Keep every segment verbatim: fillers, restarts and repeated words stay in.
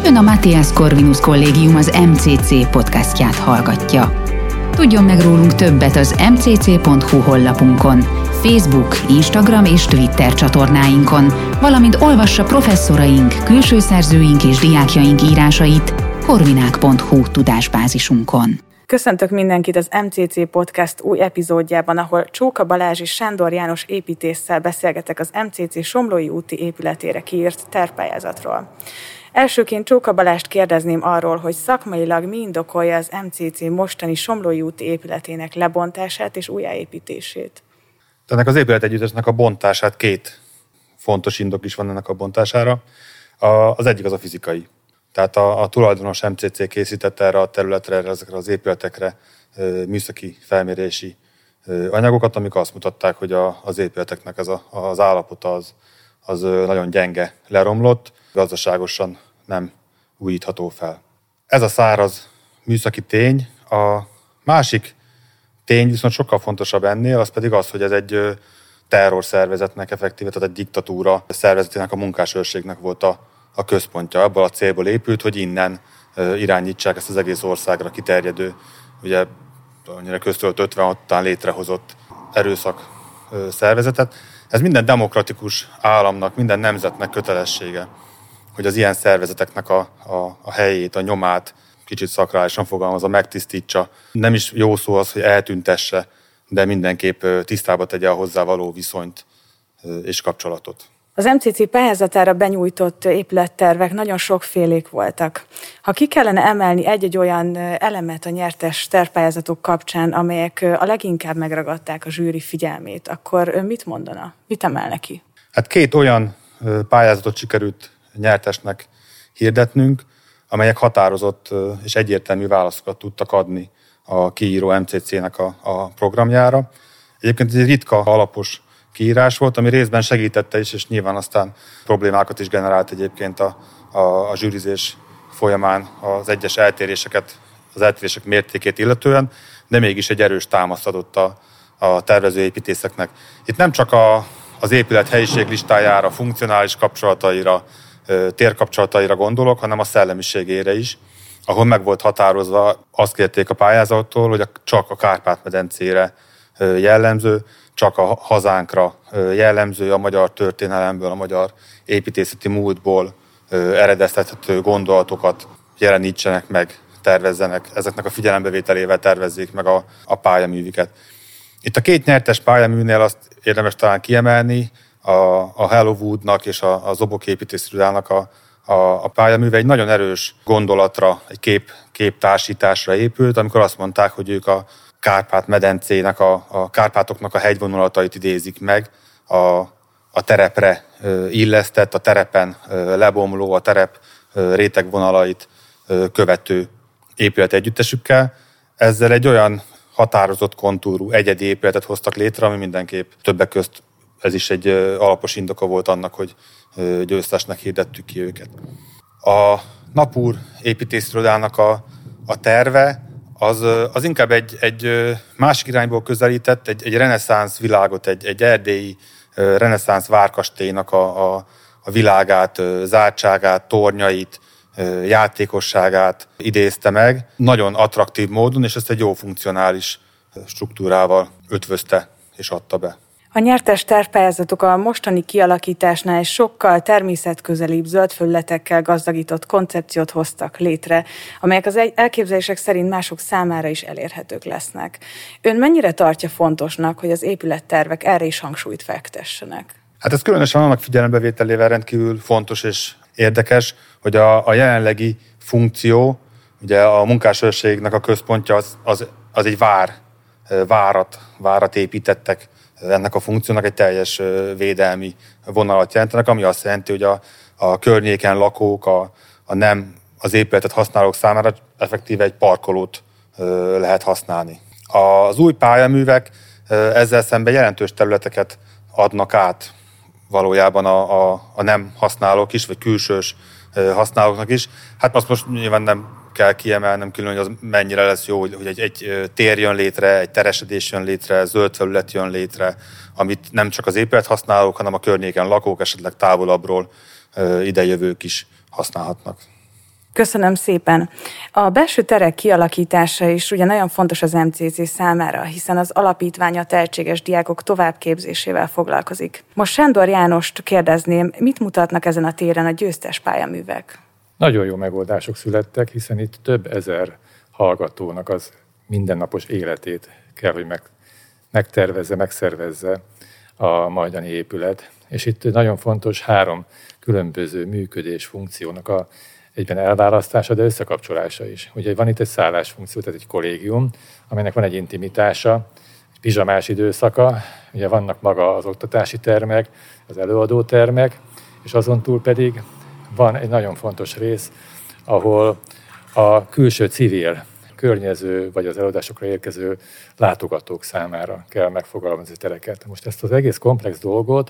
Ön a Matthias Corvinus Kollégium az em cé cé podcastját hallgatja. Tudjon meg rólunk többet az em cé cé pont hú honlapunkon, Facebook, Instagram és Twitter csatornáinkon, valamint olvassa professzoraink, külső szerzőink és diákjaink írásait corvinák pont hú tudásbázisunkon. Köszöntök mindenkit az em cé cé Podcast új epizódjában, ahol Csóka Balázs és Sándor János építésszel beszélgetek az em cé cé Somlói úti épületére kiírt tervpályázatról. Elsőként Csóka Balázst kérdezném arról, hogy szakmailag mi indokolja az em cé cé mostani Somlói úti épületének lebontását és újjáépítését. Ennek az épületegyüttesnek a bontását két fontos indok is van ennek a bontására. Az egyik az a fizikai. Tehát a, a tulajdonos em cé cé készítette erre a területre, ezekre az épületekre műszaki felmérési anyagokat, amik azt mutatták, hogy a, az épületeknek ez a, az állapota az, az nagyon gyenge, leromlott, gazdaságosan nem újítható fel. Ez a száraz műszaki tény. A másik tény viszont sokkal fontosabb ennél, az pedig az, hogy ez egy terrorszervezetnek effektíve, tehát egy diktatúra szervezetének, a munkásőrségnek volt a, a központja. Abból a célból épült, hogy innen irányítsák ezt az egész országra kiterjedő, ugye annyira köztölt ötvenhat után létrehozott erőszak szervezetet. Ez minden demokratikus államnak, minden nemzetnek kötelessége, hogy az ilyen szervezeteknek a, a, a helyét, a nyomát, kicsit szakrálisan fogalmazva, megtisztítsa. Nem is jó szó az, hogy eltüntesse, de mindenképp tisztába tegye a hozzá való viszonyt és kapcsolatot. Az em cé cé pályázatára benyújtott épülettervek nagyon sokfélék voltak. Ha ki kellene emelni egy-egy olyan elemet a nyertes tervpályázatok kapcsán, amelyek a leginkább megragadták a zsűri figyelmét, akkor ön mit mondana? Mit emelne ki? Hát két olyan pályázatot sikerült nyertesnek hirdetnünk, amelyek határozott és egyértelmű válaszokat tudtak adni a kiíró em cé cének a, a programjára. Egyébként ez egy ritka, alapos kiírás volt, ami részben segítette is, és nyilván aztán problémákat is generált egyébként a, a, a zsűrizés folyamán az egyes eltéréseket, az eltérések mértékét illetően, de mégis egy erős támaszt adott a, a tervezőépítészeknek. Itt nem csak a, az épület helyiség listájára, funkcionális kapcsolataira, térkapcsolataira gondolok, hanem a szellemiségére is, ahol meg volt határozva, azt kérték a pályázattól, hogy csak a Kárpát-medencére jellemző, csak a hazánkra jellemző, a magyar történelemből, a magyar építészeti múltból eredeztethető gondolatokat jelenítsenek meg, tervezzenek, ezeknek a figyelembevételével tervezzék meg a, a pályaműviket. Itt a két nyertes pályaműnél azt érdemes talán kiemelni, a, a Hello Woodnak és a, a Zobok építészirodának a, a, a pályaműve egy nagyon erős gondolatra, egy kép, képtársításra épült, amikor azt mondták, hogy ők a Kárpát-medencének, a, a Kárpátoknak a hegyvonulatait idézik meg, a, a terepre illesztett, a terepen lebomló, a terep rétegvonalait követő épületegyüttesükkel. Ezzel egy olyan határozott kontúrú, egyedi épületet hoztak létre, ami mindenképp többek közt ez is egy alapos indoka volt annak, hogy győztesnek hirdettük ki őket. A Napúr építészirodának a, a terve az, az inkább egy, egy másik irányból közelített, egy, egy reneszánsz világot, egy, egy erdélyi reneszánsz várkastélynak a, a, a világát, zártságát, tornyait, játékosságát idézte meg. Nagyon attraktív módon, és ezt egy jó funkcionális struktúrával ötvözte és adta be. A nyertes tervpályázatok a mostani kialakításnál egy sokkal természetközelibb zöld felületekkel gazdagított koncepciót hoztak létre, amelyek az elképzelések szerint mások számára is elérhetők lesznek. Ön mennyire tartja fontosnak, hogy az épülettervek erre is hangsúlyt fektessenek? Hát ez különösen annak figyelembevételével rendkívül fontos és érdekes, hogy a, a jelenlegi funkció, ugye a munkásőrségnek a központja az, az, az egy vár, várat, várat építettek ennek a funkciónak, egy teljes védelmi vonalat jelentenek, ami azt jelenti, hogy a, a környéken lakók, a, a nem az épületet használók számára effektíve egy parkolót lehet használni. Az új pályaművek ezzel szemben jelentős területeket adnak át valójában a, a, a nem használók is, vagy külsős használóknak is. Hát azt most nyilván nem kell kiemelnem külön, hogy az mennyire lesz jó, hogy egy, egy tér jön létre, egy teresedés jön létre, zöld felület jön létre, amit nem csak az épület használók, hanem a környéken lakók, esetleg távolabbról idejövők is használhatnak. Köszönöm szépen. A belső terek kialakítása is ugye nagyon fontos az em cé cé számára, hiszen az alapítvány a tehetséges diákok továbbképzésével foglalkozik. Most Sándor Jánost kérdezném, mit mutatnak ezen a téren a győztes pályaművek? Nagyon jó megoldások születtek, hiszen itt több ezer hallgatónak az mindennapos életét kell, hogy meg, megtervezze, megszervezze a majdani épület. És itt nagyon fontos három különböző működés funkciónak a egyben elválasztása, de összekapcsolása is. Ugye van itt egy szállásfunkció, tehát egy kollégium, aminek van egy intimitása, egy pizsamás időszaka, ugye vannak maga az oktatási termek, az előadó termek, és azon túl pedig van egy nagyon fontos rész, ahol a külső civil, környező vagy az előadásokra érkező látogatók számára kell megfogalmazni tereket. Most ezt az egész komplex dolgot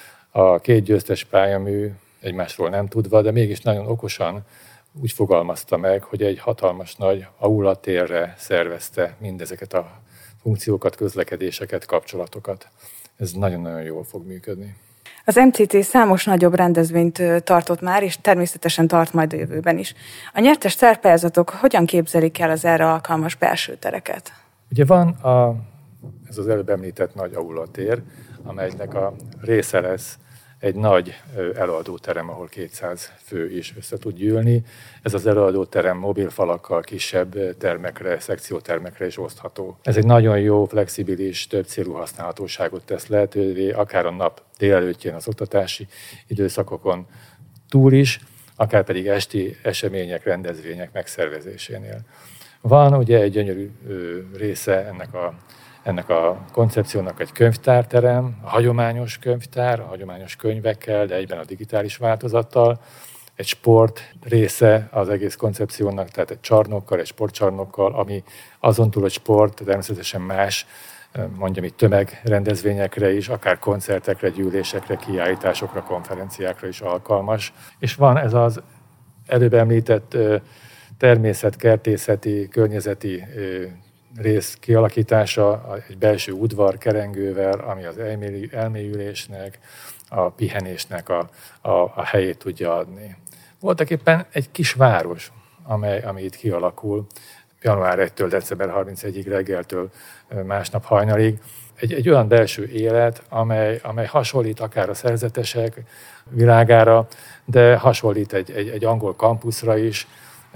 a két győztes pályamű egymásról nem tudva, de mégis nagyon okosan úgy fogalmazta meg, hogy egy hatalmas nagy aulatérre szervezte mindezeket a funkciókat, közlekedéseket, kapcsolatokat. Ez nagyon-nagyon jól fog működni. Az em cé cé számos nagyobb rendezvényt tartott már, és természetesen tart majd a jövőben is. A nyertes tervpályázatok hogyan képzelik el az erre alkalmas belső tereket? Ugye van a, ez az előbb említett nagy aulatér, amelynek a része lesz egy nagy előadóterem, ahol kétszáz fő is össze tud gyűlni. Ez az előadóterem mobil falakkal, kisebb termekre, szekciótermekre is osztható. Ez egy nagyon jó, flexibilis, több célú használhatóságot tesz lehetővé, akár a nap délelőttjén az oktatási időszakokon túl is, akár pedig esti események, rendezvények megszervezésénél. Van ugye egy gyönyörű része ennek a Ennek a koncepciónak egy könyvtárterem, a hagyományos könyvtár, a hagyományos könyvekkel, de egyben a digitális változattal. Egy sport része az egész koncepciónak, tehát egy csarnokkal, egy sportcsarnokkal, ami azon túl, hogy sport, természetesen más, mondjam itt tömegrendezvényekre is, akár koncertekre, gyűlésekre, kiállításokra, konferenciákra is alkalmas. És van ez az előbb említett természetkertészeti, környezeti rész kialakítása, egy belső udvar kerengővel, ami az elmélyülésnek, a pihenésnek a, a, a helyét tudja adni. Voltak éppen egy kis város, amely, ami itt kialakul, január elsejétől december harmincegyedikéig reggeltől másnap hajnalig. Egy, egy olyan belső élet, amely, amely hasonlít akár a szerzetesek világára, de hasonlít egy, egy, egy angol kampuszra is.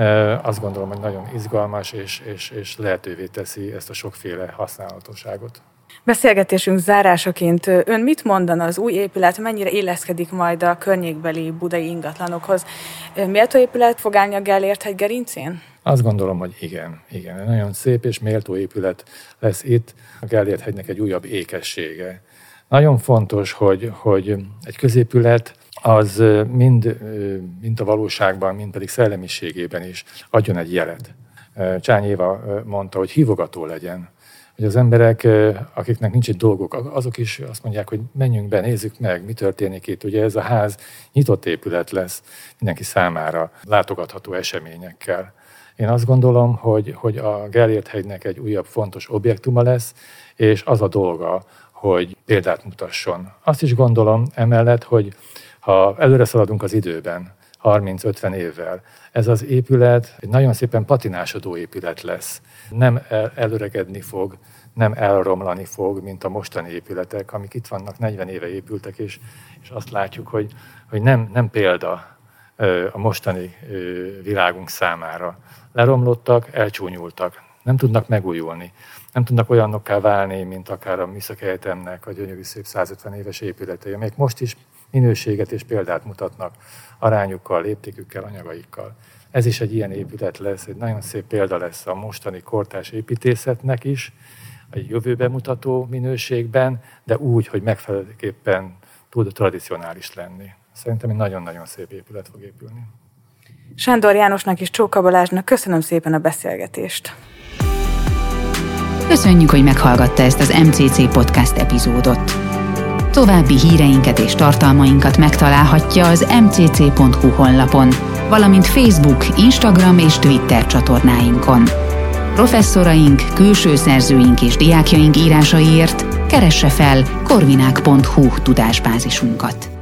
Azt gondolom, hogy nagyon izgalmas és, és, és lehetővé teszi ezt a sokféle használhatóságot. Beszélgetésünk zárásaként ön mit mondana, az új épület mennyire illeszkedik majd a környékbeli budai ingatlanokhoz? Méltó épület fog állni a Gellért-hegy gerincén? Azt gondolom, hogy igen. igen. Nagyon szép és méltó épület lesz itt. A Gellért-hegynek egy újabb ékessége. Nagyon fontos, hogy, hogy egy középület az mind, mind a valóságban, mind pedig szellemiségében is adjon egy jelet. Csányi Éva mondta, hogy hívogató legyen. Hogy az emberek, akiknek nincs egy dolgok, azok is azt mondják, hogy menjünk be, nézzük meg, mi történik itt. Ugye ez a ház nyitott épület lesz mindenki számára, látogatható eseményekkel. Én azt gondolom, hogy, hogy a Gellért-hegynek egy újabb fontos objektuma lesz, és az a dolga, hogy példát mutasson. Azt is gondolom emellett, hogy ha előre szaladunk az időben, harminc-ötven évvel, ez az épület egy nagyon szépen patinásodó épület lesz. Nem el, előregedni fog, nem elromlani fog, mint a mostani épületek, amik itt vannak, negyven éve épültek, és, és azt látjuk, hogy, hogy nem, nem példa a mostani világunk számára. Leromlottak, elcsúnyultak, nem tudnak megújulni, nem tudnak olyanokká válni, mint akár a Műszaki Egyetemnek a gyönyörű szép százötven éves épületei, amelyek most is minőséget és példát mutatnak arányukkal, léptékükkel, anyagaikkal. Ez is egy ilyen épület lesz, egy nagyon szép példa lesz a mostani kortárs építészetnek is, egy jövőbe mutató minőségben, de úgy, hogy megfelelőképpen tud tradicionális lenni. Szerintem egy nagyon-nagyon szép épület fog épülni. Sándor Jánosnak és Csóka Balázsnak köszönöm szépen a beszélgetést. Köszönjük, hogy meghallgatta ezt az em cé cé Podcast epizódot. További híreinket és tartalmainkat megtalálhatja az em cé cé pont hu honlapon, valamint Facebook, Instagram és Twitter csatornáinkon. Professzoraink, külső szerzőink és diákjaink írásaiért keresse fel korvinák pont hu tudásbázisunkat.